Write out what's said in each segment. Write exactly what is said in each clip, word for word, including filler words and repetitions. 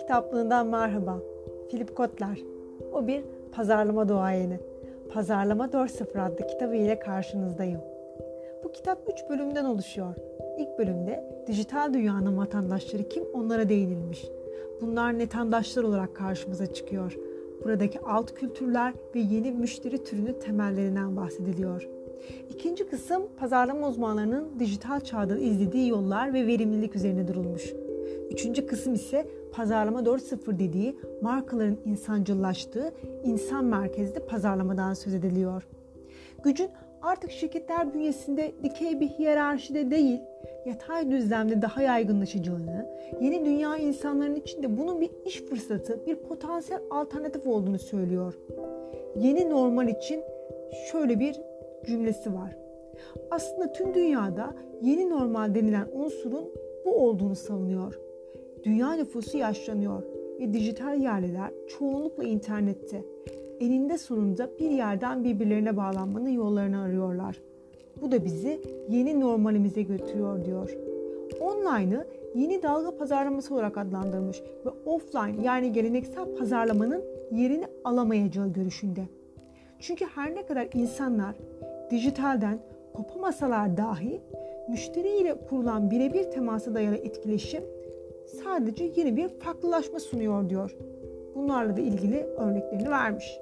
kitaplığından merhaba. Philip Kotler. O bir pazarlama duayeni. Pazarlama dört nokta sıfır adlı kitabı ile karşınızdayım. Bu kitap üç bölümden oluşuyor. İlk bölümde dijital dünyanın vatandaşları kim onlara değinilmiş. Bunlar netandaşlar olarak karşımıza çıkıyor. Buradaki alt kültürler ve yeni müşteri türünün temellerinden bahsediliyor. İkinci kısım pazarlama uzmanlarının dijital çağda izlediği yollar ve verimlilik üzerine durulmuş. Üçüncü kısım ise pazarlama dört nokta sıfır dediği markaların insancıllaştığı insan merkezli pazarlamadan söz ediliyor. Gücün artık şirketler bünyesinde dikey bir hiyerarşide değil, yatay düzlemde daha yaygınlaşacağını, yeni dünya insanların içinde bunun bir iş fırsatı, bir potansiyel alternatif olduğunu söylüyor. Yeni normal için şöyle bir cümlesi var. Aslında tüm dünyada yeni normal denilen unsurun bu olduğunu savunuyor. Dünya nüfusu yaşlanıyor ve dijital yerliler çoğunlukla internette, eninde sonunda bir yerden birbirlerine bağlanmanın yollarını arıyorlar. Bu da bizi yeni normalimize götürüyor diyor. Online'ı yeni dalga pazarlaması olarak adlandırmış ve offline yani geleneksel pazarlamanın yerini alamayacağı görüşünde. Çünkü her ne kadar insanlar dijitalden kopamasalar dahi müşteriyle kurulan birebir temasa dayalı etkileşim sadece yeni bir farklılaşma sunuyor diyor. Bunlarla da ilgili örneklerini vermiş.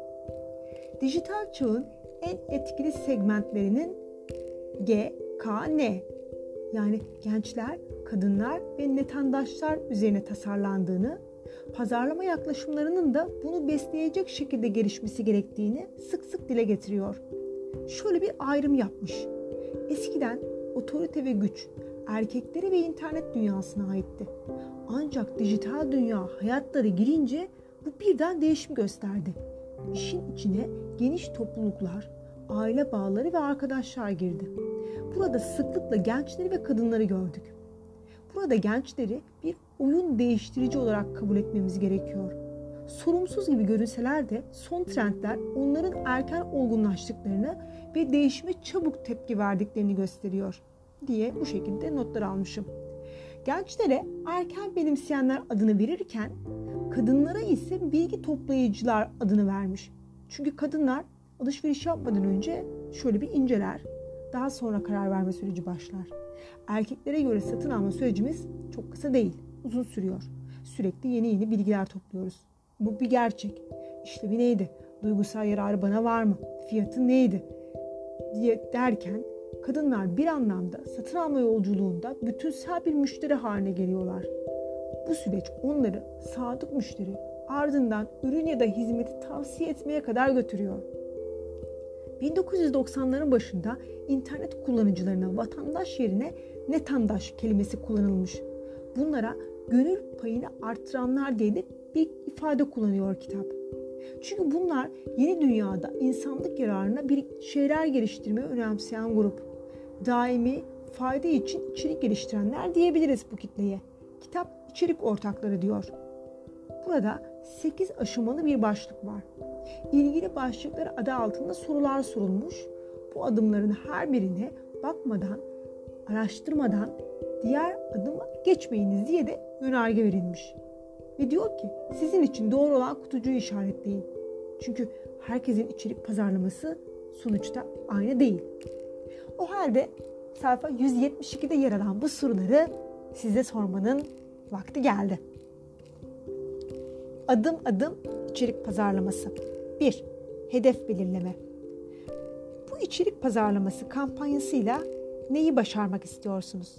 Dijital çağın en etkili segmentlerinin G, K, N yani gençler, kadınlar ve netandaşlar üzerine tasarlandığını, pazarlama yaklaşımlarının da bunu besleyecek şekilde gelişmesi gerektiğini sık sık dile getiriyor. Şöyle bir ayrım yapmış. Eskiden otorite ve güç erkeklere ve internet dünyasına aitti. Ancak dijital dünya hayatları girince bu birden değişim gösterdi. İşin içine geniş topluluklar, aile bağları ve arkadaşlar girdi. Burada sıklıkla gençleri ve kadınları gördük. Burada gençleri bir oyun değiştirici olarak kabul etmemiz gerekiyor. Sorumsuz gibi görünseler de son trendler onların erken olgunlaştıklarını ve değişime çabuk tepki verdiklerini gösteriyor diye bu şekilde notlar almışım. Gençlere erken benimseyenler adını verirken kadınlara ise bilgi toplayıcılar adını vermiş. Çünkü kadınlar alışveriş yapmadan önce şöyle bir inceler, daha sonra karar verme süreci başlar. Erkeklere göre satın alma sürecimiz çok kısa değil, uzun sürüyor. Sürekli yeni yeni bilgiler topluyoruz. Bu bir gerçek. İşlevi neydi? Duygusal yararı bana var mı? Fiyatı neydi? Diye derken kadınlar bir anlamda satın alma yolculuğunda bütünsel bir müşteri haline geliyorlar. Bu süreç onları sadık müşteri, ardından ürün ya da hizmeti tavsiye etmeye kadar götürüyor. bin dokuz yüz doksanların başında internet kullanıcılarına vatandaş yerine netandaş kelimesi kullanılmış. Bunlara gönül payını artıranlar diye de bir ifade kullanıyor kitap. Çünkü bunlar yeni dünyada insanlık yararına bir şeyler geliştirmeyi önemseyen grup. Daimi fayda için içerik geliştirenler diyebiliriz bu kitleye. Kitap içerik ortakları diyor. Burada sekiz aşamalı bir başlık var. İlgili başlıklar adı altında sorular sorulmuş. Bu adımların her birine bakmadan, araştırmadan diğer adıma geçmeyiniz diye de yönerge verilmiş. Ve diyor ki sizin için doğru olan kutucuğu işaretleyin. Çünkü herkesin içerik pazarlaması sonuçta aynı değil. O halde sayfa yüz yetmiş ikide yer alan bu soruları size sormanın vakti geldi. Adım adım içerik pazarlaması. bir. Hedef belirleme. Bu içerik pazarlaması kampanyasıyla neyi başarmak istiyorsunuz?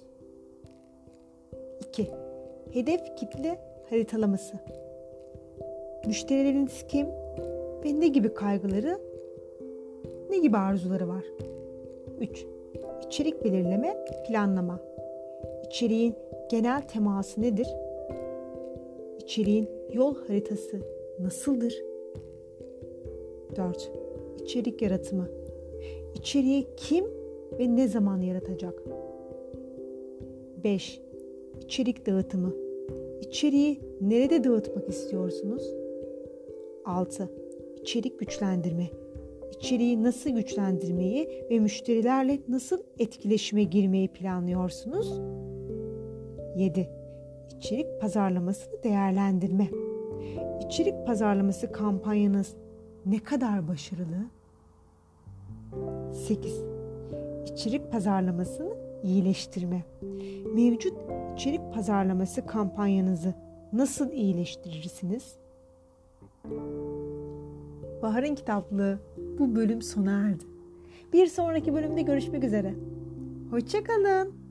iki. Hedef kitle haritalaması. Müşterileriniz kim ve ne gibi kaygıları, ne gibi arzuları var? üç. İçerik belirleme, planlama. İçeriğin genel teması nedir? İçeriğin yol haritası nasıldır? dört. İçerik yaratımı. İçeriği kim ve ne zaman yaratacak? beş. İçerik dağıtımı. İçeriği nerede dağıtmak istiyorsunuz? altı. İçerik güçlendirme. İçeriği nasıl güçlendirmeyi ve müşterilerle nasıl etkileşime girmeyi planlıyorsunuz? yedi. İçerik pazarlamasını değerlendirme. İçerik pazarlaması kampanyanız ne kadar başarılı? sekiz. İçerik pazarlamasını iyileştirme. Mevcut içerik pazarlaması kampanyanızı nasıl iyileştirirsiniz? Bahar'ın kitaplığı bu bölüm sona erdi. Bir sonraki bölümde görüşmek üzere. Hoşça kalın.